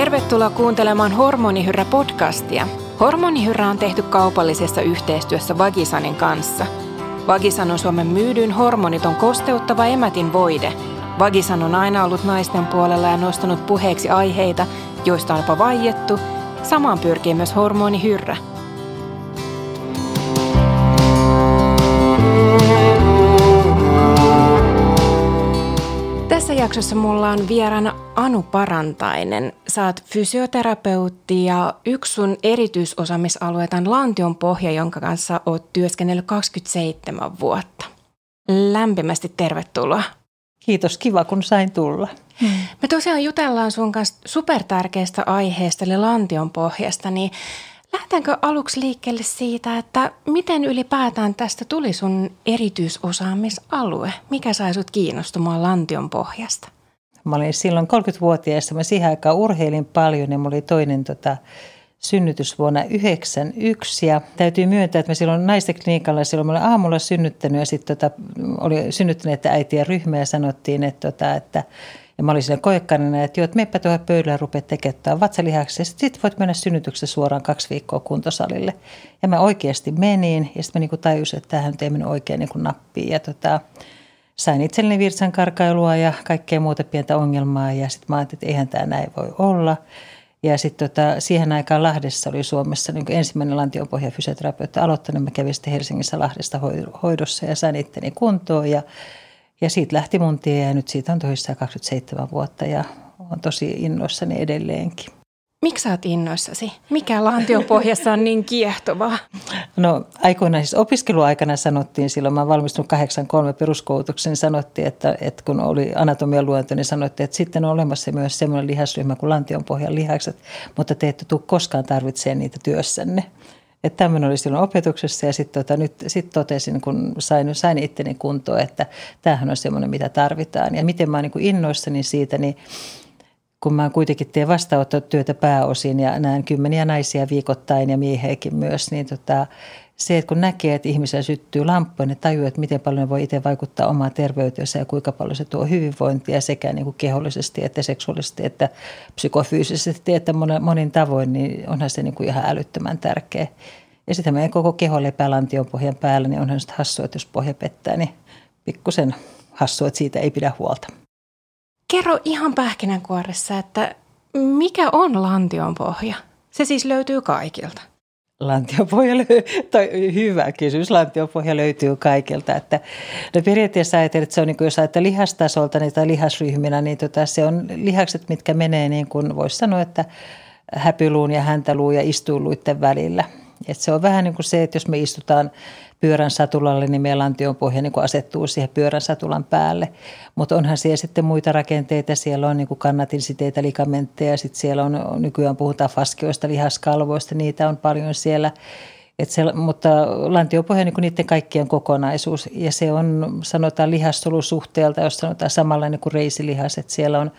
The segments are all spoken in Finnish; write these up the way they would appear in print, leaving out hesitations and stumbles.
Tervetuloa kuuntelemaan Hormonihyrrä-podcastia. Hormonihyrrä on tehty kaupallisessa yhteistyössä Vagisanin kanssa. Vagisan on Suomen myydyin hormoniton kosteuttava emätin voide. Vagisan on aina ollut naisten puolella ja nostanut puheeksi aiheita, joista on jopa vaiettu. Samaan pyrkii myös Hormonihyrrä. Tässä jaksossa mulla on vieraana Anu Parantainen. Sä oot fysioterapeutti ja yksi sun erityisosaamisalueita on lantionpohja, jonka kanssa oot työskennellyt 27 vuotta. Lämpimästi tervetuloa. Kiitos, kiva kun sain tulla. Me tosiaan jutellaan sun kanssa supertärkeästä aiheesta, eli lantionpohjasta, niin lähdetäänkö aluksi liikkeelle siitä, että miten ylipäätään tästä tuli sun erityisosaamisalue? Mikä sai sut kiinnostumaan lantionpohjasta? Mä olin silloin 30-vuotiaassa, mä siihen aikaan urheilin paljon ja mulla oli toinen synnytys vuonna 1991 ja täytyy myöntää, että mä silloin naisten klinikalla silloin mä olin aamulla synnyttänyt ja sitten oli synnyttäneet äitien ryhmä ja sanottiin, että ja mä olin siinä koekkanina, että meppä tuohon pöydälle ja rupeat tekemään vatsalihaksi ja sitten voit mennä synnytyksessä suoraan 2 viikkoa kuntosalille. Ja mä oikeasti menin ja sitten mä niinku tajusin, että tämähän nyt ei mennyt oikein niinku nappiin ja sain itselleni virtsankarkailua ja kaikkea muuta pientä ongelmaa ja sitten mä ajattelin, että eihän tämä näin voi olla. Ja sitten siihen aikaan Lahdessa oli Suomessa niin ensimmäinen lantionpohja fysioterapeutti aloittanut. Mä kävin sitten Helsingissä Lahdesta hoidossa ja sain itteni kuntoon ja siitä lähti mun tie ja nyt siitä on toistaan 27 vuotta ja olen tosi innoissani edelleenkin. Miksi sä oot innoissasi? Mikä lantionpohjassa on niin kiehtovaa? No aikoinaan siis opiskeluaikana sanottiin, silloin mä oon valmistunut 83 peruskoulutuksen, niin sanottiin, että kun oli anatomian luento, niin sanottiin, että sitten on olemassa myös semmoinen lihasryhmä kuin lantionpohjan lihakset, mutta te ette tule koskaan tarvitsemaan niitä työssänne. Että tämmöinen oli silloin opetuksessa ja sitten nyt totesin, kun sain itteni kuntoon, että tämähän on semmoinen, mitä tarvitaan. Ja miten mä oon niin innoissani siitä, niin kun mä kuitenkin teen vastaanottotyötä pääosin ja näen kymmeniä naisia viikoittain ja miehiäkin myös, niin se, että kun näkee, että ihmisiä syttyy lamppuja, niin tajuaa, että miten paljon ne voi itse vaikuttaa omaan terveyteensä ja kuinka paljon se tuo hyvinvointia sekä niin kuin kehollisesti että seksuaalisesti että psykofyysisesti että monin tavoin, niin onhan se niin kuin ihan älyttömän tärkeä. Ja sitten meidän koko keho lepää lantionpohjan päällä, niin onhan sitten hassua, että jos pohja pettää, niin pikkusen hassua, että siitä ei pidä huolta. Kerro ihan pähkinänkuoressa, että mikä on lantionpohja? Se siis löytyy kaikilta. Hyvä kysymys. Lantionpohja löytyy kaikilta. No periaatteessa ajatellaan, että se on niin kuin, jos ajatellaan lihastasolta tai lihasryhminä, niin se on lihakset, mitkä menee niin kuin voisi sanoa, että häpyluun ja häntäluun ja istuinluiden välillä. Et se on vähän niin kuin se, että jos me istutaan pyörän satulalle, niin meidän lantionpohja niin kuin asettuu siihen pyörän satulan päälle. Mutta onhan siellä sitten muita rakenteita. Siellä on niin kuin kannatinsiteitä, ligamentteja. Sitten siellä on, nykyään puhutaan faskioista, lihaskalvoista. Niitä on paljon siellä. Mutta lantionpohja on niin kuin niiden kaikkien kokonaisuus. Ja se on, sanotaan lihassolusuhteelta, jos sanotaan samanlainen kuin reisilihas. Että siellä on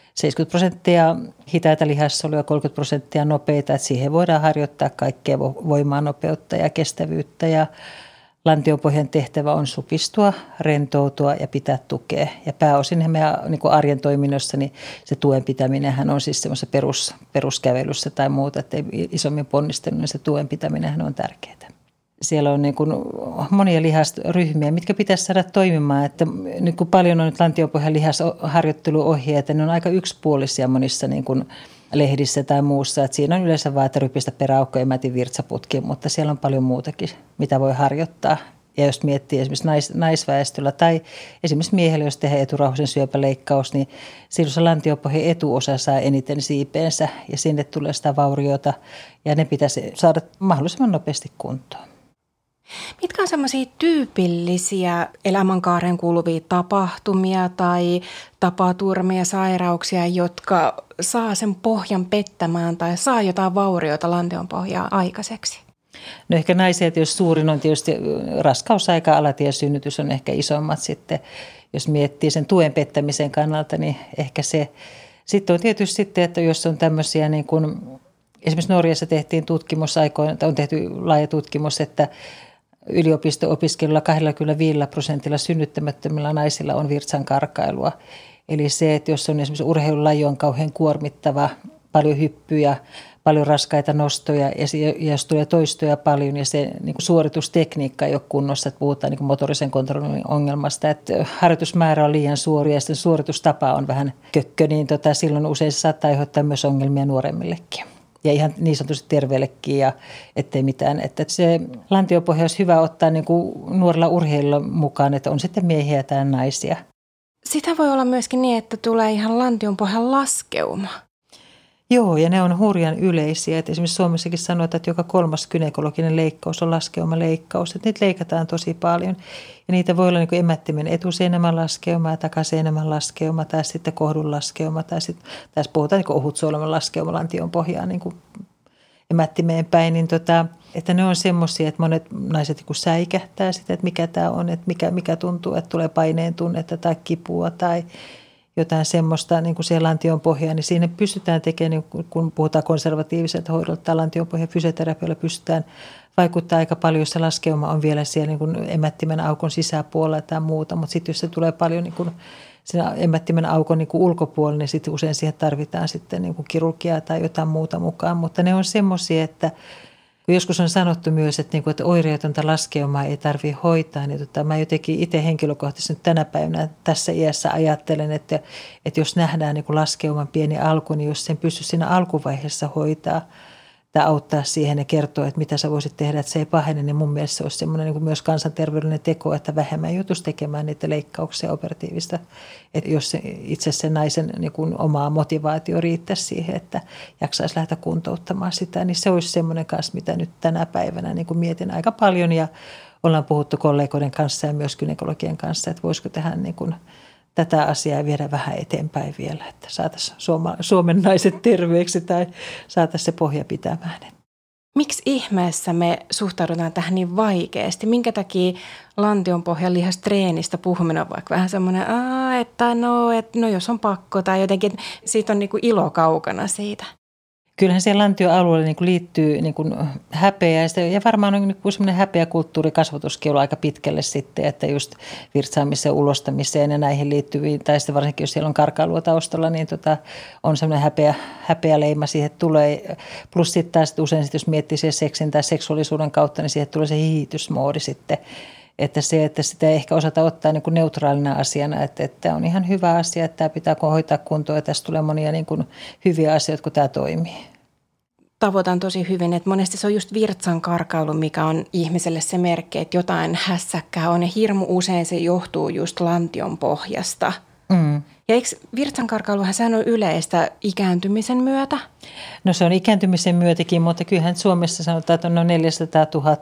70% hitaita lihassoluja, 30% nopeita, että siihen voidaan harjoittaa kaikkea voimaa, nopeutta ja kestävyyttä. Ja lantionpohjan tehtävä on supistua, rentoutua ja pitää tukea. Ja pääosin meidän niin kuin arjen toiminnossa niin se tuen pitäminenhän on siis semmoisessa peruskävelyssä tai muuta, että ei isommin ponnistelun, niin se tuen pitäminenhän on tärkeää. Siellä on niin kuin monia lihasryhmiä, mitkä pitäisi saada toimimaan. Että nyt kun paljon on nyt lantionpohjan lihasharjoitteluohjeita, ne on aika yksipuolisia monissa niin kuin lehdissä tai muussa. Että siinä on yleensä vaan, että rypistä peräaukko, emätin virtsaputki, mutta siellä on paljon muutakin, mitä voi harjoittaa. Ja jos miettii esimerkiksi naisväestöllä tai esimerkiksi miehellä, jos tehdään eturauhasen syöpäleikkaus, niin silloin se lantionpohjan etuosa saa eniten siipeensä ja sinne tulee sitä vauriota ja ne pitäisi saada mahdollisimman nopeasti kuntoon. Mitkä on semmoisia tyypillisiä elämänkaaren kuuluvia tapahtumia tai tapaturmia, sairauksia, jotka saa sen pohjan pettämään tai saa jotain vaurioita lantionpohjaa aikaiseksi? No ehkä naisia, jos suurin on tietysti raskausaika, alatiesynnytys on ehkä isommat sitten. Jos miettii sen tuen pettämisen kannalta, niin ehkä se. Sitten on tietysti sitten, että jos on tämmöisiä niin kuin, esimerkiksi Norjassa tehtiin tutkimus aikoina, on tehty laaja tutkimus, että yliopisto-opiskelulla 25% synnyttämättömillä naisilla on virtsankarkailua. Eli se, että jos on esimerkiksi urheilulaji on kauhean kuormittava paljon hyppyjä, paljon raskaita nostoja ja jos tulee toistoja paljon ja se niin kuin suoritustekniikka ei ole kunnossa, että puhutaan niin kuin motorisen kontrollin ongelmasta, että harjoitusmäärä on liian suuri ja sitten suoritustapa on vähän kökkö, niin silloin usein se saattaa aiheuttaa myös ongelmia nuoremmillekin. Ja ihan niin sanotusti terveellekin ja ettei mitään. Että se lantiopohja olisi hyvä ottaa niin kuin nuorilla urheilijoilla mukaan, että on sitten miehiä tai naisia. Sitä voi olla myöskin niin, että tulee ihan lantionpohjan laskeuma. Joo, ja ne on hurjan yleisiä. Että esimerkiksi Suomessakin sanotaan, että joka 3. gynekologinen leikkaus on laskeumaleikkaus. Että niitä leikataan tosi paljon. Ja niitä voi olla niin kuin emättimen etuseinämän laskeuma ja takaseinämän laskeuma tai sitten kohdun laskeuma. Tai sitten tässä puhutaan niin kuin ohutsuoleman laskeuma lantion pohjaan niin kuin emättimeen päin. Niin että ne on semmoisia, että monet naiset niin kuin säikähtää sitä, että mikä tämä on, että mikä tuntuu, että tulee paineen tunnetta tai kipua tai jotain semmoista niin kuin siihen lantion pohjaan, niin siinä pystytään tekemään, kun puhutaan konservatiiviselta hoidolta tai lantion pohjan fysioterapioilla pystytään vaikuttaa aika paljon, jos se laskeuma on vielä siellä niin kuin emättimen aukon sisäpuolella tai muuta, mutta sitten jos se tulee paljon niin kuin siinä emättimen aukon niin kuin ulkopuolella, niin sitten usein siihen tarvitaan sitten niin kuin kirurgiaa tai jotain muuta mukaan, mutta ne on semmoisia, että kun joskus on sanottu myös, että oireetonta laskeumaa ei tarvitse hoitaa, niin mä jotenkin itse henkilökohtaisesti nyt tänä päivänä tässä iässä ajattelen, että jos nähdään niin kuin laskeuman pieni alku, niin jos sen pystyy siinä alkuvaiheessa hoitaa tai auttaa siihen ja kertoa, että mitä sä voisit tehdä, että se ei pahene, niin mun mielestä se olisi semmoinen niin kuin myös kansanterveydellinen teko, että vähemmän joutuisi tekemään niitä leikkauksia operatiivista. Että jos itse sen naisen niin kuin omaa motivaatio riittäisi siihen, että jaksaisi lähteä kuntouttamaan sitä, niin se olisi semmoinen kanssa, mitä nyt tänä päivänä niin kuin mietin aika paljon ja ollaan puhuttu kollegoiden kanssa ja myös gynekologien kanssa, että voisiko tähän niin kuin tätä asiaa viedä vähän eteenpäin vielä, että saataisiin Suomen naiset terveeksi tai saataisiin se pohja pitämään. Miksi ihmeessä me suhtaudutaan tähän niin vaikeasti? Minkä takia lantionpohjan lihastreenistä puhuminen on vaikka vähän semmoinen, että no jos on pakko tai jotenkin, siitä on niin kuin ilo kaukana siitä. Kyllähän siihen lantioalueelle niin kuin liittyy niin kuin häpeä ja varmaan on niin kuin semmoinen häpeäkulttuurikasvatuskin ollut aika pitkälle sitten, että just virtsaamiseen, ulostamiseen ja näihin liittyviin, tai sitten varsinkin jos siellä on karkailua taustalla, niin on semmoinen häpeäleima siihen tulee. Plus sitten taas usein, jos miettii siihen seksin tai seksuaalisuuden kautta, niin siihen tulee se hihitysmoodi sitten. Että sitä ei ehkä osata ottaa niin kuin neutraalina asiana, että on ihan hyvä asia, että tämä pitää hoitaa kuntoon ja tässä tulee monia niin kuin hyviä asioita, kun tämä toimii. Tavoitan tosi hyvin, että monesti se on just virtsan karkailu, mikä on ihmiselle se merkki, että jotain hässäkkää on ja hirmu usein se johtuu just lantion pohjasta. Mm. Ja eikö virtsan karkailuhan sehän on yleistä ikääntymisen myötä? No se on ikääntymisen myötäkin, mutta kyllähän Suomessa sanotaan, että on noin 400 000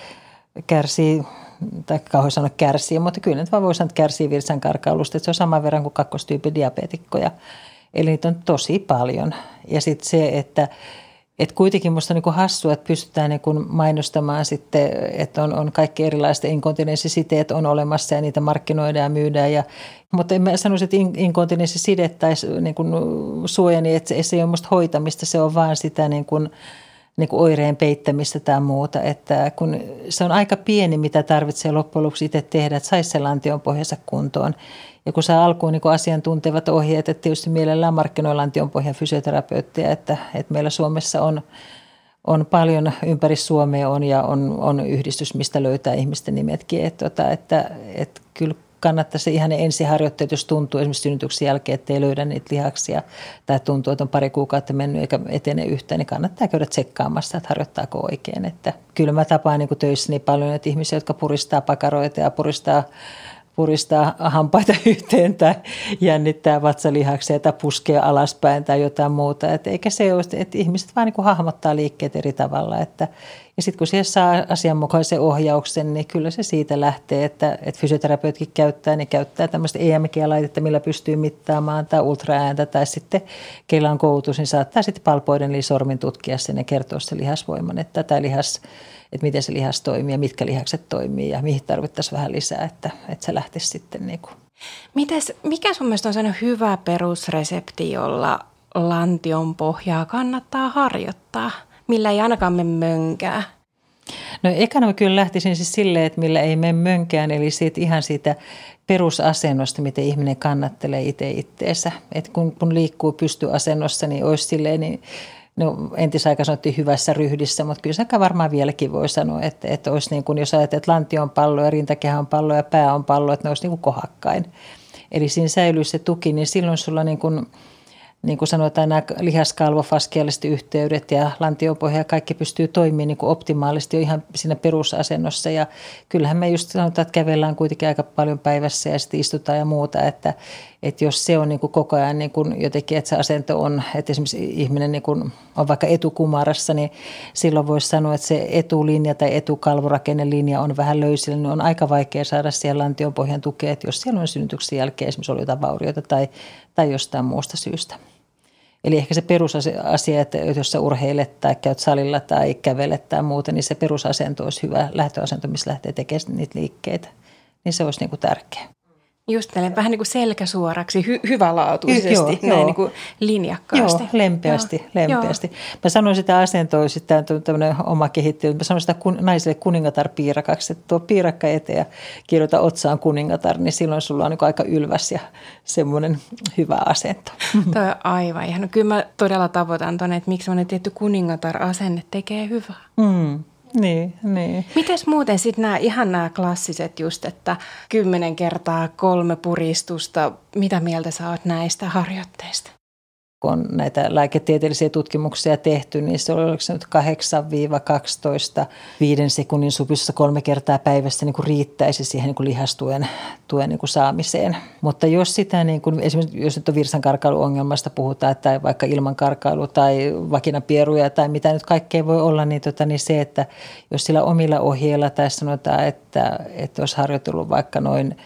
kärsii, tai kauhean sanoa kärsii, mutta kyllä nyt vaan voi sanoa, että kärsii virtsan karkailusta, että se on saman verran kuin kakkostyypin diabeetikkoja. Eli niitä on tosi paljon. Ja sitten se, että kuitenkin musta on niin kuin hassua, että pystytään niin kuin mainostamaan sitten, että on kaikki erilaiset inkontinenssisiteet on olemassa ja niitä markkinoidaan ja myydään. Mutta en mä sanoisi, että inkontinenssiside tai niin kuin suoja, niin että se ei ole musta hoitamista, se on vaan sitä niin kuin oireen peittämistä tai muuta, että kun se on aika pieni, mitä tarvitsee loppujen lopuksi itse tehdä, että saisi se lantion pohjansa kuntoon. Ja kun saa alkuun niin asiantuntevat ohjeet, että tietysti mielellään markkinoi lantion pohjan fysioterapeutteja, että meillä Suomessa on paljon ympäri Suomea on yhdistys, mistä löytää ihmisten nimetkin, että kyllä kannattaisi ihan ne ensiharjoitteet, jos tuntuu esimerkiksi synnytyksen jälkeen, että ei löydä niitä lihaksia tai tuntuu, että on pari kuukautta mennyt eikä etene yhtään, niin kannattaa käydä tsekkaamassa, että harjoittaako oikein. Että kyllä mä tapaan niin kuin töissäni paljon että ihmisiä, jotka puristaa pakaroita ja puristaa hampaita yhteen tai jännittää vatsalihaksia tai puskee alaspäin tai jotain muuta. Eikä se ole, että ihmiset vaan niin kuin hahmottaa liikkeet eri tavalla. Ja sitten kun siihen saa asianmukaisen ohjauksen, niin kyllä se siitä lähtee, että fysioterapeutkin käyttää tämmöistä EMG-laitetta, millä pystyy mittaamaan tai ultraääntä tai sitten keillä on koulutus, niin saattaa sitten palpoiden eli sormin tutkia sen ja kertoa se lihasvoiman, että miten se lihas toimii ja mitkä lihakset toimii ja mihin tarvittaisiin vähän lisää, että se lähtisi sitten niin kuin. Mikä sun mielestä on sellainen hyvä perusresepti, jolla lantion pohjaa kannattaa harjoittaa, millä ei ainakaan mene mönkää? No ekana mä kyllä lähtisin siis silleen, että millä ei mene mönkään, eli ihan siitä perusasennosta, miten ihminen kannattelee itse itteensä. Että kun liikkuu pystyasennossa, niin olisi silleen, niin no, entisaikaan sanottiin hyvässä ryhdissä, mutta kyllä se varmaan vieläkin voi sanoa, että olisi niin kuin, jos ajatellaan, että lantio on pallo ja rintakehä on pallo ja pää on pallo, että ne olisi niin kuin kohakkain. Eli siinä säilyisi se tuki, niin silloin sulla niin kuin sanotaan, nämä lihaskalvofaskeelliset yhteydet ja lantiopohja, kaikki pystyy toimimaan niin kuin optimaalisesti jo ihan siinä perusasennossa. Ja kyllähän me just sanotaan, että kävellään kuitenkin aika paljon päivässä ja sitten istutaan ja muuta, että jos se on niin kuin koko ajan niin kuin jotenkin, että se asento on, että esimerkiksi ihminen niin kuin on vaikka etukumarassa, niin silloin voisi sanoa, että se etulinja tai etukalvorakennelinja on vähän löysillä, niin on aika vaikea saada siellä lantionpohjan tukea, että jos siellä on synnytyksen jälkeen esimerkiksi ollut jotain vaurioita tai jostain muusta syystä. Eli ehkä se perusasia, että jos sä urheilet tai käyt salilla tai kävelet tai muuta, niin se perusasento olisi hyvä lähtöasento, missä lähtee tekemään niitä liikkeitä. Niin se olisi niin kuin tärkeä. Just tällainen vähän niin kuin selkäsuoraksi, hyvälaatuisesti, näin niin kuin linjakkaasti. Joo, lempeästi. Mä sanoin sitä asentoa, tämä on tämmöinen oma kehittely, mä sanoin sitä naiselle kuningatar-piirakaksi, että tuo piirakka eteen ja kirjoita otsaan kuningatar, niin silloin sulla on niin kuin aika ylväs ja semmoinen hyvä asento. Toi on aivan ihan. No, kyllä mä todella tavoitan tuonne, että miksi semmoinen tietty kuningatar-asenne tekee hyvää. Niin. Mites muuten sitten nämä klassiset just, että 10 kertaa 3 puristusta, mitä mieltä sä oot näistä harjoitteista? Kun on näitä lääketieteellisiä tutkimuksia tehty, niin se oli nyt 8-12 5 sekunnin supissa 3 kertaa päivässä niin kuin riittäisi siihen niin kuin lihastuen niin kuin saamiseen. Mutta jos sitä, niin kuin, esimerkiksi jos nyt on virsankarkailuongelmasta puhutaan, tai vaikka ilmankarkailu tai vakinapieruja tai mitä nyt kaikkea voi olla, niin se, että jos sillä omilla ohjeilla tai sanotaan, että olisi harjoitellut vaikka noin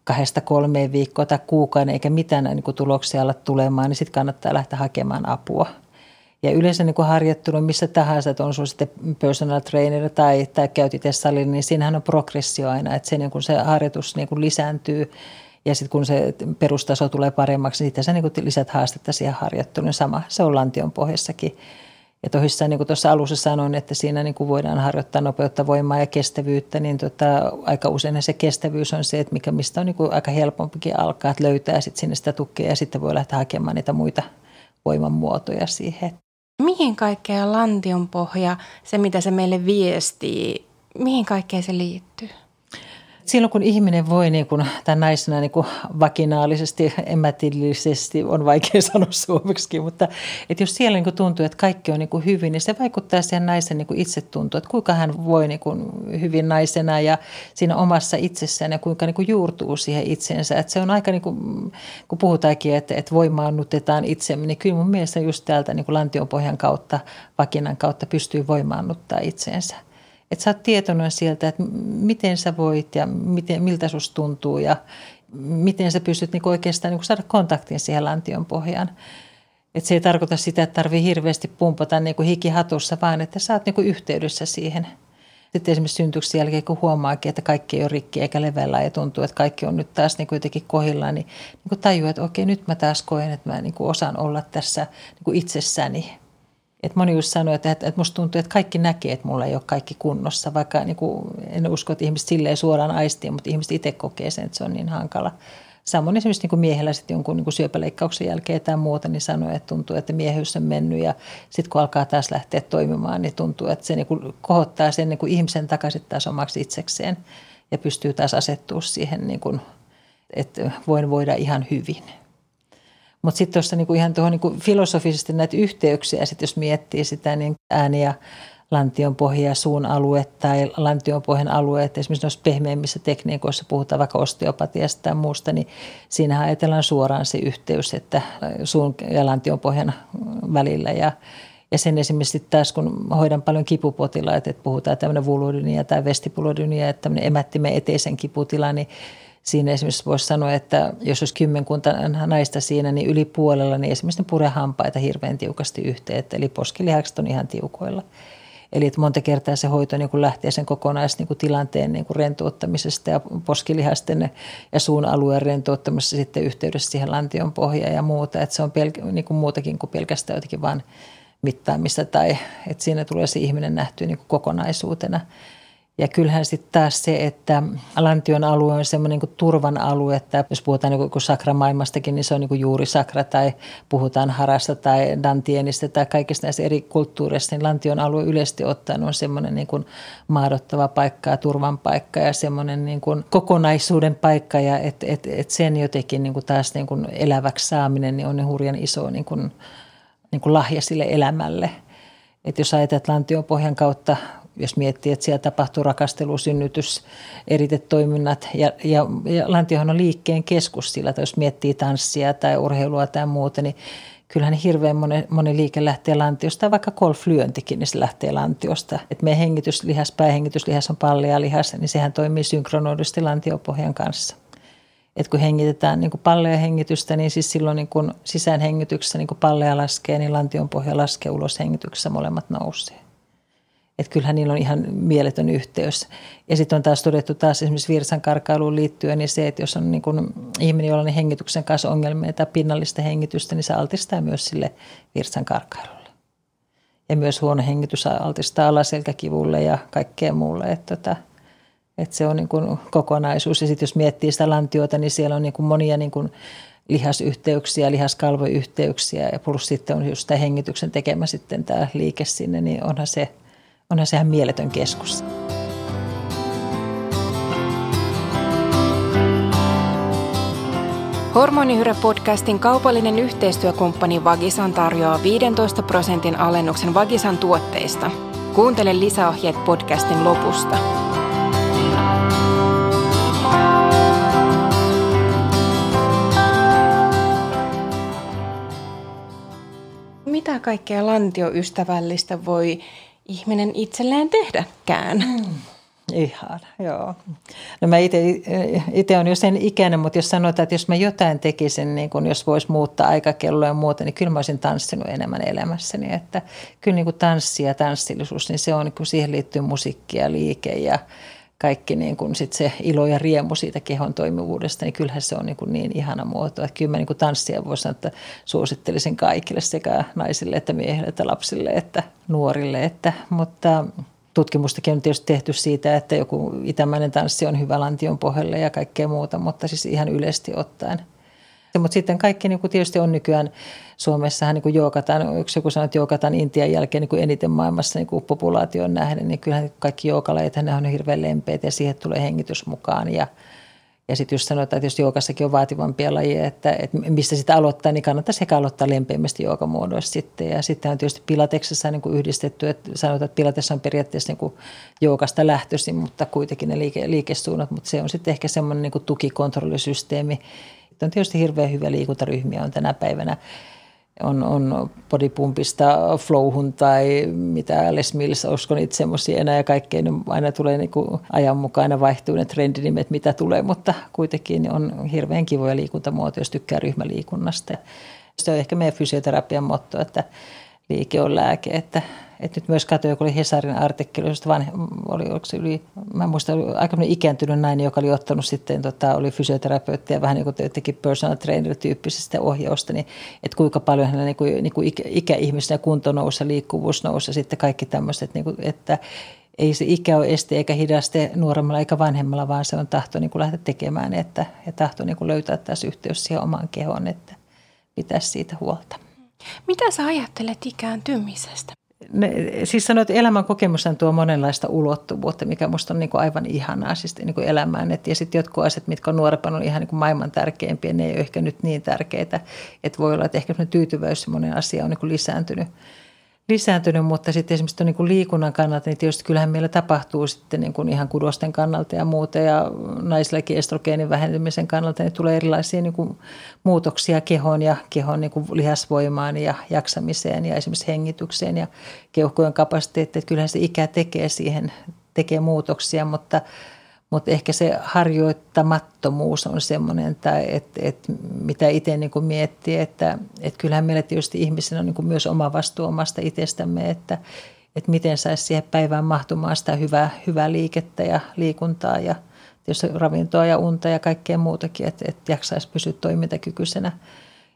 2-3 viikkoa tai kuukauden eikä mitään niin kuin tuloksia ala tulemaan, niin sitten kannattaa lähteä hakemaan apua. Ja yleensä niin kuin harjoittelu missä tahansa, että on sinulla sitten personal trainer tai käyt itse salilla, niin siinähän on progressio aina, että se, niin kuin se harjoitus niin kuin lisääntyy ja sitten kun se perustaso tulee paremmaksi, niin sitten sä niin kuin lisät haastetta siihen harjoitteluun. Sama se on lantion pohjassakin. Ja tosissaan, niin kuin tuossa alussa sanoin, että siinä niin kuin voidaan harjoittaa nopeutta, voimaa ja kestävyyttä, niin aika usein se kestävyys on se, että mistä on niin kuin aika helpompikin alkaa, että löytää sitten sinne sitä tukea ja sitten voi lähteä hakemaan niitä muita voimanmuotoja siihen. Mihin kaikkea lantion pohja, se mitä se meille viestii, mihin kaikkeen se liittyy? Silloin kun ihminen voi niin kuin, tai naisena niin kuin vaginaalisesti, emätillisesti, on vaikea sanoa suomeksi, mutta että jos siellä niin kuin tuntuu, että kaikki on niin kuin hyvin, niin se vaikuttaa siihen naisen niin kuin itsetuntoon, että kuinka hän voi niin kuin hyvin naisena ja siinä omassa itsessään ja kuinka niin kuin juurtuu siihen itsensä. Että se on aika, niin kuin, kun puhutaankin, että voimaannutetaan itsemme, niin kyllä mun mielestä just täältä niin kuin lantionpohjan kautta, vaginan kautta pystyy voimaannuttaa itsensä. Että sä oot tietoinen sieltä, että miten sä voit ja miltä susta tuntuu ja miten sä pystyt niinku oikeastaan niinku saada kontaktin siihen lantion pohjaan. Että se ei tarkoita sitä, että tarvii hirveästi pumpata niinku hikihatussa, vaan että sä oot niinku yhteydessä siihen. Sitten esimerkiksi syntyksen jälkeen, kun huomaakin, että kaikki ei ole rikki eikä levällään ja tuntuu, että kaikki on nyt taas niinku jotenkin kohdillaan, niin niinku tajuu, että okei, nyt mä taas koen, että mä niinku osaan olla tässä niinku itsessäni. Että moni just sanoo, että musta tuntuu, että kaikki näkee, että mulla ei ole kaikki kunnossa, vaikka niin kuin, en usko, että ihmiset silleen suoraan aistii, mutta ihmiset itse kokee sen, että se on niin hankala. Samoin esimerkiksi niin kuin miehellä sitten jonkun niin kuin syöpäleikkauksen jälkeen tai muuta, niin sanoo, että tuntuu, että miehyys on mennyt ja sitten kun alkaa taas lähteä toimimaan, niin tuntuu, että se niin kuin kohottaa sen niin kuin ihmisen takaisin taas omaksi itsekseen ja pystyy taas asettua siihen, niin kuin, että voin voida ihan hyvin. Mutta sitten tuossa niinku ihan tuohon niinku filosofisesti näitä yhteyksiä, sit jos miettii sitä niin ääni- ja lantionpohja ja suun alue tai lantionpohjan alueet, esimerkiksi noissa pehmeimmissä tekniikoissa puhutaan vaikka osteopatiasta tai muusta, niin siinähän ajatellaan suoraan se yhteys, että suun ja lantionpohjan välillä ja sen esimerkiksi taas, kun hoidan paljon kipupotilaita, että puhutaan tämmöinen vulvodynia tai vestibulodynia, että tämmöinen emättimen eteisen kiputila, niin siinä esimerkiksi voisi sanoa, että jos olisi 10 naista siinä, niin yli puolella, niin esimerkiksi ne puree hampaita hirveän tiukasti yhteen, eli poskilihakset on ihan tiukoilla. Eli että monta kertaa se hoito niin kuin lähtee sen kokonaistilanteen niin kuin rentouttamisesta ja poskilihasten ja suun alueen rentouttamisesta sitten yhteydessä siihen lantion pohjaan ja muuta. Että se on niin kuin muutakin kuin pelkästään jotenkin vaan mittaamista tai että siinä tulee se ihminen nähtyä niin kuin kokonaisuutena. Ja kyllähän sitten taas se, että lantion alue on semmoinen niin turvan alue, että jos puhutaan niin kuin sakramaailmastakin, niin se on niin kuin juuri sakra tai puhutaan harasta tai dantienistä tai kaikista näistä eri kulttuureista, niin lantion alue yleisesti ottaen on semmoinen niin kuin maadottava paikka ja turvan paikka ja semmoinen niin kuin kokonaisuuden paikka ja et sen jotenkin niin kuin taas niin kuin eläväksi saaminen niin on niin hurjan iso niin kuin lahja sille elämälle. Että jos ajatellaan lantion pohjan kautta, jos miettii, että siellä tapahtuu rakastelu, synnytys, eritetoiminnat ja lantiohan on liikkeen keskus sillä, että jos miettii tanssia tai urheilua tai muuta, niin kyllähän hirveän moni liike lähtee lantiosta, tai vaikka golflyöntikin, niin se lähtee lantiosta. Että meidän hengityslihas, päähengityslihas on pallea lihas, niin sehän toimii synkronoidusti lantiopohjan kanssa. Että kun hengitetään niin kuin pallea hengitystä, niin siis silloin niin kuin sisäänhengityksessä niin kuin pallea laskee, niin lantion pohja laskee ulos hengityksessä, molemmat nousee. Että kyllähän niillä on ihan mieletön yhteys. Ja sitten on taas todettu taas esimerkiksi virtsankarkailuun liittyen, niin se, että jos on niin kun ihminen, jolla on hengityksen kanssa ongelmia tai pinnallista hengitystä, niin se altistaa myös sille virtsankarkailulle. Ja myös huono hengitys altistaa alaselkäkivulle ja kaikkeen muulle. Että se on niin kun kokonaisuus. Ja sitten jos miettii sitä lantiota, niin siellä on niin kun monia niin kun lihasyhteyksiä, lihaskalvoyhteyksiä ja plus sitten on just tämä hengityksen tekemä sitten tämä liike sinne, niin onhan se ihan mieletön keskus. Hormonihyrä-podcastin kaupallinen yhteistyökumppani Vagisan tarjoaa 15% alennuksen Vagisan tuotteista. Kuuntele lisäohjeet podcastin lopusta. Mitä kaikkea lantioystävällistä voi ihminen itselleen tehdäkään? Ihan, joo. No mä itse olen jo sen ikäinen, mutta jos sanotaan, että jos mä jotain tekisin, niin kun jos voisi muuttaa aikakelloa ja muuta, niin kyllä mä olisin tanssinut enemmän elämässäni. Että kyllä niin kuin tanssi ja tanssillisuus, niin se on, niin kuin siihen liittyy musiikki ja liike ja kaikki niin kuin sit se ilo ja riemu siitä kehon toimivuudesta, niin kyllähän se on niin ihana muoto. Että kyllä mä niin kuin tanssia voisi sanoa, että suosittelisin kaikille sekä naisille että miehille että lapsille että nuorille. Mutta tutkimustakin on tietysti tehty siitä, että joku itämäinen tanssi on hyvä lantion pohjalle ja kaikkea muuta, mutta siis ihan yleisesti ottaen. Mutta sitten kaikki niin kuin tietysti on nykyään Suomessahan niin kuin joogataan, yksi joku sanoo, että joogataan Intian jälkeen niin kuin eniten maailmassa niin kuin populaation nähden, niin kyllähän kaikki joogalajit, ne on hirveän lempeitä ja siihen tulee hengitys mukaan. Ja sitten just sanotaan, että jos joogassakin on vaativampia lajeja, että mistä sitä aloittaa, niin kannattaisi sekä aloittaa lempeimmistä joogamuodoista sitten. Ja sitten on tietysti pilateksessa niin kuin yhdistetty, että sanotaan, että pilates on periaatteessa niin kuin joogasta lähtöisin, mutta kuitenkin ne liikesuunnat, mutta se on sitten ehkä semmoinen niin kuin tukikontrollisysteemi. On tietysti hirveän hyviä liikuntaryhmiä on tänä päivänä. On bodypumpista flowhun tai mitä Les Mills, olisiko niitä semmoisia enää ja kaikkea. Aina tulee niin kuin ajan mukaan, aina vaihtuu ne trendinimet, mitä tulee, mutta kuitenkin on hirveän kivoja liikuntamuotoja, jos tykkää ryhmäliikunnasta. Se on ehkä meidän fysioterapian motto, että liike on lääke, että nyt myös katsoin, joka oli Hesarin artikkeli, josta mä en muista, oli aika ikääntynyt nainen, joka oli ottanut sitten, oli fysioterapeutti ja vähän niin kuin teki personal trainer-tyyppisestä ohjausta, niin että kuinka paljon hänellä niin kuin ikäihmisenä kunto nousi, liikkuvuus nousi ja sitten kaikki tämmöiset, niin kuin, että ei se ikä ole este eikä hidaste nuoremmalla eikä vanhemmalla, vaan se on tahto niin kuin lähteä tekemään, että ja tahto niin kuin löytää tässä yhteys siihen omaan kehoon, että pitäisi siitä huolta. Mitä sä ajattelet ikääntymisestä? Siis sanoit, että elämän kokemus tuo monenlaista ulottuvuutta, mikä musta on niin kuin aivan ihanaa siis niin kuin elämään. Ja sitten jotkut asiat, mitkä on nuorempana, on ihan niin kuin maailman tärkeimpiä, ne ei ole ehkä nyt niin tärkeitä. Että voi olla, että ehkä tyytyväisyys monen asia on niin kuin lisääntynyt, mutta sitten esimerkiksi niin kuin liikunnan kannalta, niin tietysti kyllähän meillä tapahtuu sitten niin kuin ihan kudosten kannalta ja muuta, ja naisillakin estrogeenin vähentymisen kannalta, niin tulee erilaisia niin kuin muutoksia kehoon ja kehon niin kuin lihasvoimaan ja jaksamiseen ja esimerkiksi hengitykseen ja keuhkojen kapasiteettiin, että kyllähän se ikä tekee muutoksia, mutta ehkä se harjoittamattomuus on semmoinen, että mitä itse niin kuin miettii, että kyllähän meillä tietysti ihmisenä on niin kuin myös oma vastuu omasta itsestämme, että miten saisi siihen päivään mahtumaan sitä hyvää liikettä ja liikuntaa ja tietysti ravintoa ja unta ja kaikkea muutakin, että jaksaisi pysyä toimintakykyisenä.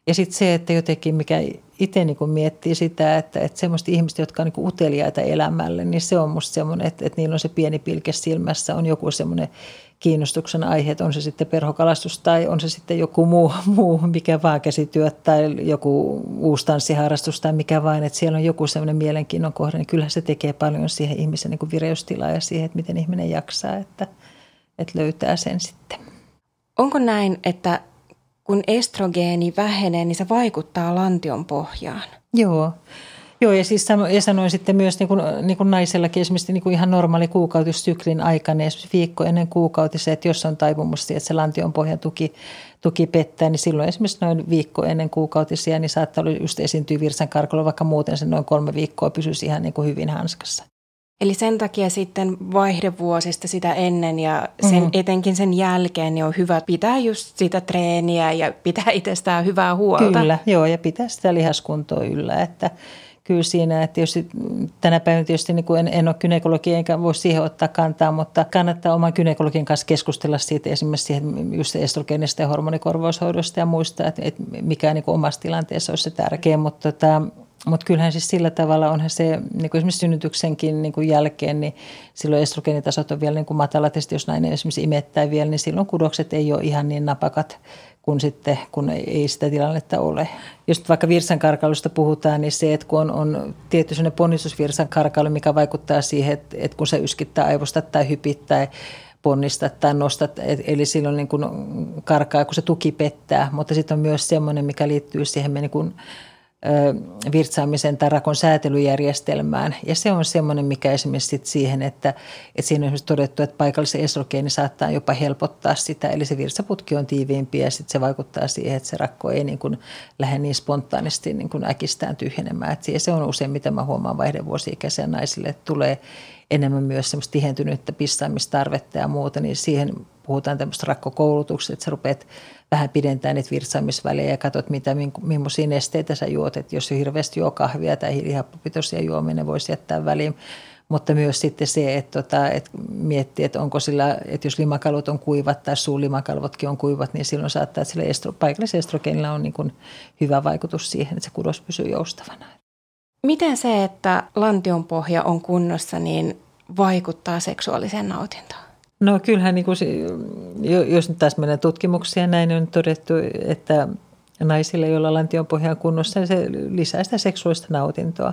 Ja sitten se, että jotenkin mikä itse niin kuin miettii sitä, että semmoiset ihmiset, jotka on niin kuin uteliaita elämälle, niin se on musta semmoinen, että niillä on se pieni pilke silmässä, on joku semmoinen kiinnostuksen aihe, että on se sitten perhokalastus tai on se sitten joku muu mikä vaan käsityöt tai joku uusi tanssiharrastus tai mikä vaan, että siellä on joku semmoinen mielenkiinnon kohde, niin kyllähän se tekee paljon siihen ihmisen niin kuin vireystilaa ja siihen, että miten ihminen jaksaa, että löytää sen sitten. Onko näin, että kun estrogeeni vähenee, niin se vaikuttaa lantion pohjaan? Joo, ja siis sanoin sitten myös niin kuin naisellakin esimerkiksi niin kuin ihan normaali kuukautissyklin aikana, esimerkiksi viikko ennen kuukautisia, että jos on taipumus siihen, että se lantion pohjan tuki pettää, niin silloin esimerkiksi noin viikko ennen kuukautisia, niin saattaa olla just esiintyä virtsankarkalla, vaikka muuten se noin 3 viikkoa pysyisi ihan niin kuin hyvin hanskassa. Eli sen takia sitten vaihdevuosista sitä ennen ja etenkin sen jälkeen niin on hyvä pitää just sitä treeniä ja pitää itsestään hyvää huolta. Kyllä, joo, ja pitää sitä lihaskuntoa yllä, että kyllä siinä, että jos tänä päivänä tietysti niin kuin en ole gynekologi enkä voi siihen ottaa kantaa, mutta kannattaa oman gynekologin kanssa keskustella siitä esimerkiksi siihen just estrogeenista ja hormonikorvaushoidosta ja muista, että mikä niin kuin omassa tilanteessa olisi se tärkeä, mutta kyllähän siis sillä tavalla onhan se niin kuin esimerkiksi synnytyksenkin niin kuin jälkeen, niin silloin estrogeenitasot on vielä niin kuin matalat, ja jos nainen esimerkiksi imettää vielä, niin silloin kudokset ei ole ihan niin napakat kuin sitten, kun ei sitä tilannetta ole. Jos vaikka virtsankarkailusta puhutaan, niin se, että kun on tietty sellainen ponnistusvirtsankarkailu, mikä vaikuttaa siihen, että kun sä yskittää, aivostat tai hypit tai ponnistat tai nostat, eli silloin niin kuin karkaa, kun se tuki pettää, mutta sitten on myös semmoinen, mikä liittyy siihen niin kuin virtsaamisen tai rakon säätelyjärjestelmään. Ja se on semmoinen, mikä esimerkiksi siihen, että siinä on esimerkiksi todettu, että paikallisen estrogeeni saattaa jopa helpottaa sitä. Eli se virtsaputki on tiiviimpi ja sitten se vaikuttaa siihen, että se rakko ei niin kuin lähde niin spontaanisti niin kuin äkistään tyhjenemään. Et se on usein, mitä mä huomaan vaihdevuosi-ikäisiä naisille, että tulee enemmän myös semmoista tihentynyttä pissaamistarvetta ja muuta, niin siihen puhutaan tämmöistä rakkokoulutuksesta, että sä rupeat vähän pidentämään niitä virtsaamisvälejä ja katsot, millaisia nesteitä sä juot, että jos hirveästi juo kahvia tai lihappopitoisia juominen voisi jättää väliin. Mutta myös sitten se, että miettii, että onko sillä, että jos limakalvot on kuivat tai suulimakalvotkin on kuivat, niin silloin saattaa, että sillä paikallisella estrogeenilla on niin kuin hyvä vaikutus siihen, että se kudos pysyy joustavana. Miten se, että lantion pohja on kunnossa, niin vaikuttaa seksuaaliseen nautintoon? No kyllähän, niin kuin, jos nyt taas mennään tutkimuksia, näin on todettu, että naisille, joilla lantion pohja on kunnossa, se lisää sitä seksuaalista nautintoa.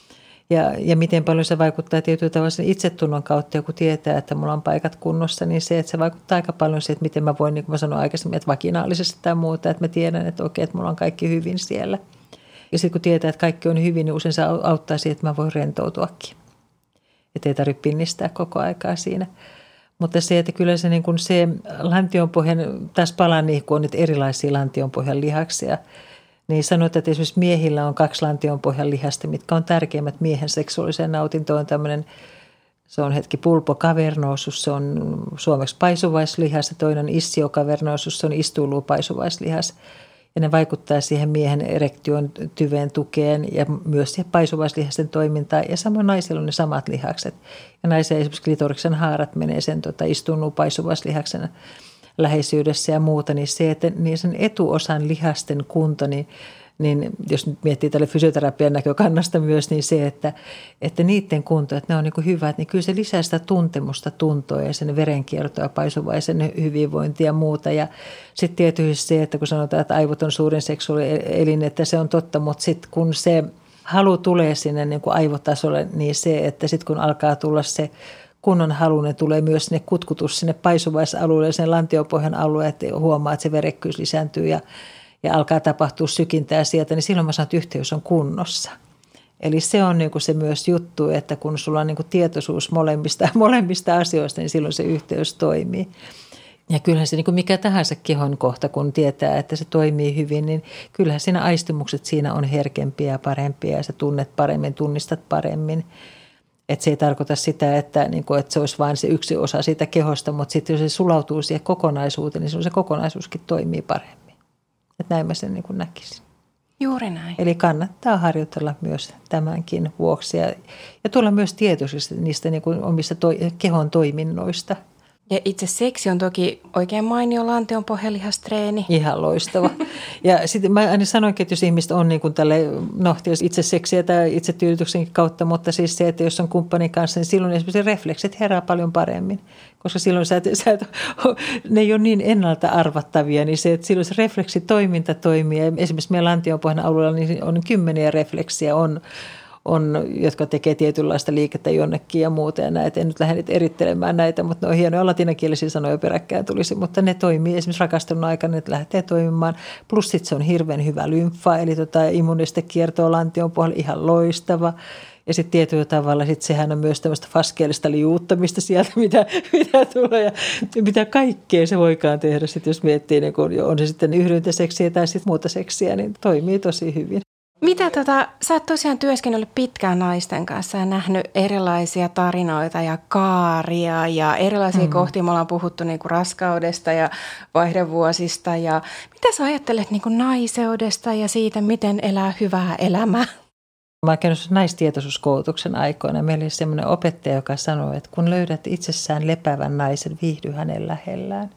Ja miten paljon se vaikuttaa tietyllä tavalla sen itsetunnon kautta, kun tietää, että mulla on paikat kunnossa, niin se, että se vaikuttaa aika paljon siihen, että miten mä voin, niin kuin mä sanoin aikaisemmin, että vaginaalisesti tai muuta, että mä tiedän, että okei, että mulla on kaikki hyvin siellä. Ja sitten kun tietää, että kaikki on hyvin, niin usein se auttaa siihen, että mä voin rentoutuakin. Että ei tarvitse pinnistää koko aikaa siinä. Mutta se, että kyllä se, niin kuin se lantionpohjan, tässä palaan niihin, kun on nyt erilaisia lantionpohjan lihaksia, niin sanotaan, että esimerkiksi miehillä on 2 lantionpohjan lihasta, mitkä on tärkeimmät miehen seksuaaliseen nautintoon. On tämmöinen, se on pulpocavernosus, se on suomeksi paisuvaislihas, ja toinen on ischiocavernosus, se on istuuluupaisuvaislihas. Ja ne vaikuttaa siihen miehen erektion tyveen tukeen ja myös siihen paisuvaislihasten toimintaan. Ja samoin naisilla on ne samat lihakset. Ja naisen esimerkiksi klitoriksen haarat menee sen istunnut paisuvaislihaksen läheisyydessä ja muuta. Niin se, että niin sen etuosan lihasten kunto, niin jos nyt miettii tälle fysioterapian näkökannasta myös, niin se, että niiden kunto, että ne on niin kuin hyvät, niin kyllä se lisää sitä tuntemusta, tuntoa ja sen verenkiertoa, paisuvaisen hyvinvointia ja muuta. Ja sitten tietysti se, että kun sanotaan, että aivot on suurin seksuaalielin, että se on totta, mutta sitten kun se halu tulee sinne niin kuin aivotasolle, niin se, että sitten kun alkaa tulla se kunnon halu, niin tulee myös sinne kutkutus sinne paisuvaisalueelle, sen lantiopohjan alueelle, että huomaa, että se verekkyys lisääntyy ja alkaa tapahtua sykintää sieltä, niin silloin mä sanon, että yhteys on kunnossa. Eli se on niin kuin se myös juttu, että kun sulla on niin kuin tietoisuus molemmista asioista, niin silloin se yhteys toimii. Ja kyllähän se niin kuin mikä tahansa kehon kohta, kun tietää, että se toimii hyvin, niin kyllähän siinä aistimukset siinä on herkempiä ja parempia ja sä tunnet paremmin, tunnistat paremmin. Että se ei tarkoita sitä, että se olisi vain se yksi osa siitä kehosta, mutta sitten jos se sulautuu siihen kokonaisuuteen, niin silloin se kokonaisuuskin toimii paremmin. Että näin mä sen niin kuin näkisin. Juuri näin. Eli kannattaa harjoitella myös tämänkin vuoksi ja tulla myös tietoisesti niistä niin kuin omista kehon toiminnoista. Ja itse seksi on toki oikein mainio lantion pohjelihastreeni. Ihan loistava. Ja sitten mä aina sanoinkin, että jos ihmiset on niin kuin tälle, itse seksiä tai itse tyydytyksenkin kautta, mutta siis se, että jos on kumppanin kanssa, niin silloin esimerkiksi refleksit herää paljon paremmin. Koska silloin ne ei ole niin ennalta arvattavia, niin se, että silloin se refleksitoiminta toimii. Ja esimerkiksi meidän lantionpohjan alueella niin on kymmeniä refleksiä, jotka tekee tietynlaista liikettä jonnekin ja muuta ja näitä. En nyt lähde erittelemään näitä, mutta ne on hienoja latinakielisiä sanoja peräkkäin tulisi, mutta ne toimii esimerkiksi rakastelun aikana, että lähtee toimimaan. Plus sitten se on hirveän hyvä lymfa, eli immunistekierto on lantion pohjalla ihan loistava. Ja sitten tietyllä tavalla sehän on myös tämmöistä faskeellista liuuttamista sieltä, mitä tulee ja mitä kaikkea se voikaan tehdä. Sitten jos miettii, niin kun on se sitten yhdyntäseksiä tai sitten muuta seksiä, niin toimii tosi hyvin. Sä oot tosiaan työskennellyt pitkään naisten kanssa ja nähnyt erilaisia tarinoita ja kaaria ja erilaisia kohtia. Me ollaan puhuttu niinku raskaudesta ja vaihdevuosista ja mitä sä ajattelet niinku naiseudesta ja siitä, miten elää hyvää elämää? Mä oon käynyt naistietoisuuskoulutuksen aikoina. Meillä oli semmoinen opettaja, joka sanoi, että kun löydät itsessään lepäävän naisen, viihdy hänen lähellään.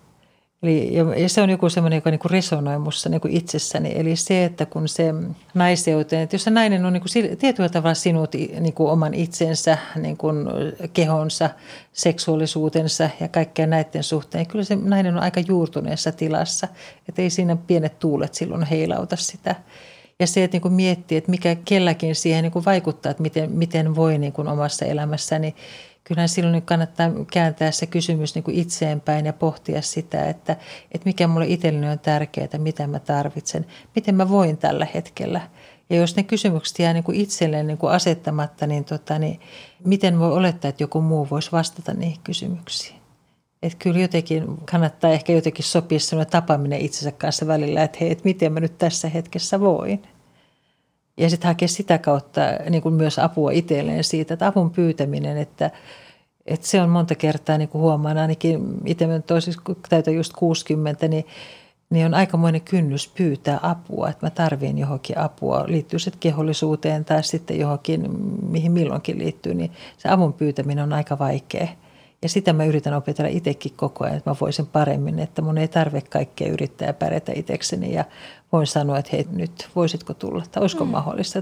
Ja se on joku semmoinen, joka niinku resonoi musta niinku itsessäni. Eli se, että kun se naiseuteen, että jos se nainen on niinku tietyllä tavalla sinut niinku oman itsensä, niinku kehonsa, seksuaalisuutensa ja kaikkea näiden suhteen, kyllä se nainen on aika juurtuneessa tilassa. Että ei siinä pienet tuulet silloin heilauta sitä. Ja se, että niinku miettii, että mikä kelläkin siihen niinku vaikuttaa, että miten voi niinku omassa elämässäni. Kyllähän silloin kannattaa kääntää se kysymys niin kuin itseenpäin ja pohtia sitä, että mikä mulle itselleni on tärkeää, mitä mä tarvitsen, miten mä voin tällä hetkellä. Ja jos ne kysymykset jää niin kuin itselleen niin kuin asettamatta, niin miten voi olettaa, että joku muu voisi vastata niihin kysymyksiin. Että kyllä jotenkin kannattaa ehkä jotenkin sopia sellainen tapaaminen itsensä kanssa välillä, että hei, että miten mä nyt tässä hetkessä voin. Ja sitten hakea sitä kautta niin kuin myös apua itselleen siitä, että avun pyytäminen, että se on monta kertaa, niin kuin huomaan, ainakin itse kun täytän just 60, niin on aikamoinen kynnys pyytää apua, että mä tarvitsen johonkin apua. Liittyy sitten kehollisuuteen tai sitten johonkin, mihin milloinkin liittyy, niin se avun pyytäminen on aika vaikea. Ja sitä mä yritän opetella itsekin koko ajan, että mä voisin paremmin, että mun ei tarvitse kaikkea yrittää pärjätä itsekseni ja voin sanoa, että hei nyt voisitko tulla tai olisiko mahdollista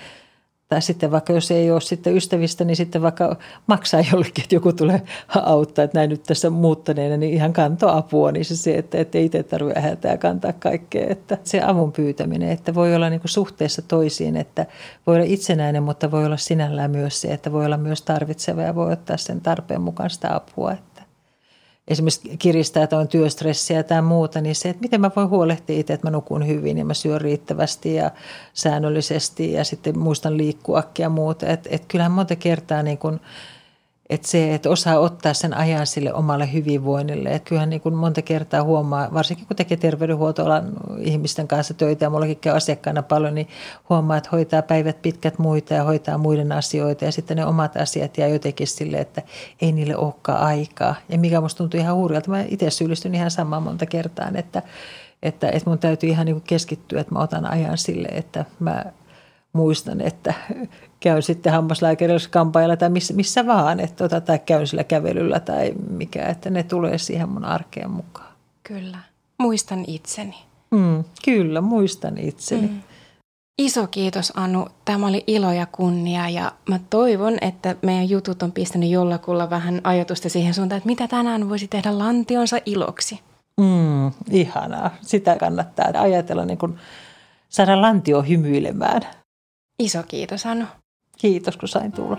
tai sitten vaikka jos ei ole sitten ystävistä, niin sitten vaikka maksaa jollekin, että joku tulee auttaa, että näin nyt tässä muuttaneena, niin ihan kanto apua, niin se että ei itse tarvitse ähätä ja kantaa kaikkea, että se avun pyytäminen, että voi olla niin kuin suhteessa toisiin, että voi olla itsenäinen, mutta voi olla sinällään myös se, että voi olla myös tarvitseva ja voi ottaa sen tarpeen mukaan sitä apua, että esimerkiksi kiristää tai on työstressiä tai muuta, niin se, että miten mä voin huolehtia itse, että mä nukun hyvin ja mä syön riittävästi ja säännöllisesti ja sitten muistan liikkuakin ja muuta. Että kyllähän monta kertaa niin kun, että se, että osaa ottaa sen ajan sille omalle hyvinvoinnille. Että kyllähän niin kun monta kertaa huomaa, varsinkin kun tekee terveydenhuoltoalan ihmisten kanssa töitä ja mullakin käy asiakkaana paljon, niin huomaa, että hoitaa päivät pitkät muita ja hoitaa muiden asioita. Ja sitten ne omat asiat jää jotenkin silleen, että ei niille olekaan aikaa. Ja mikä musta tuntuu ihan hurjalta. Mä itse syyllistyn ihan samaan monta kertaa, että mun täytyy ihan niin kuin keskittyä, että mä otan ajan sille, että mä muistan, että käyn sitten hammaslääkärillä kampailla tai missä vaan, että tai käyn sillä kävelyllä tai mikä, että ne tulee siihen mun arkeen mukaan. Kyllä, muistan itseni. Kyllä, muistan itseni. Iso kiitos Anu, tämä oli ilo ja kunnia ja mä toivon, että meidän jutut on pistänyt jollakulla vähän ajatusta siihen suuntaan, että mitä tänään voisi tehdä lantionsa iloksi. Ihanaa, sitä kannattaa ajatella niin kuin saada lantio hymyilemään. Iso kiitos Anu. Kiitos kun sain tulla.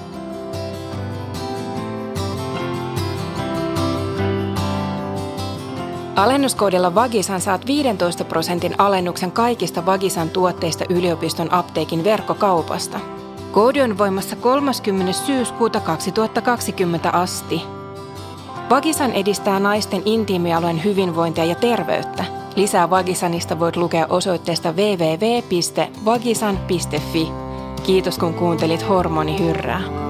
Alennuskoodilla Vagisan saat 15% alennuksen kaikista Vagisan tuotteista yliopiston apteekin verkkokaupasta. Koodi on voimassa 30. syyskuuta 2020 asti. Vagisan edistää naisten intiimialueen hyvinvointia ja terveyttä. Lisää Vagisanista voit lukea osoitteesta www.vagisan.fi. Kiitos kun kuuntelit Hormonihyrrää.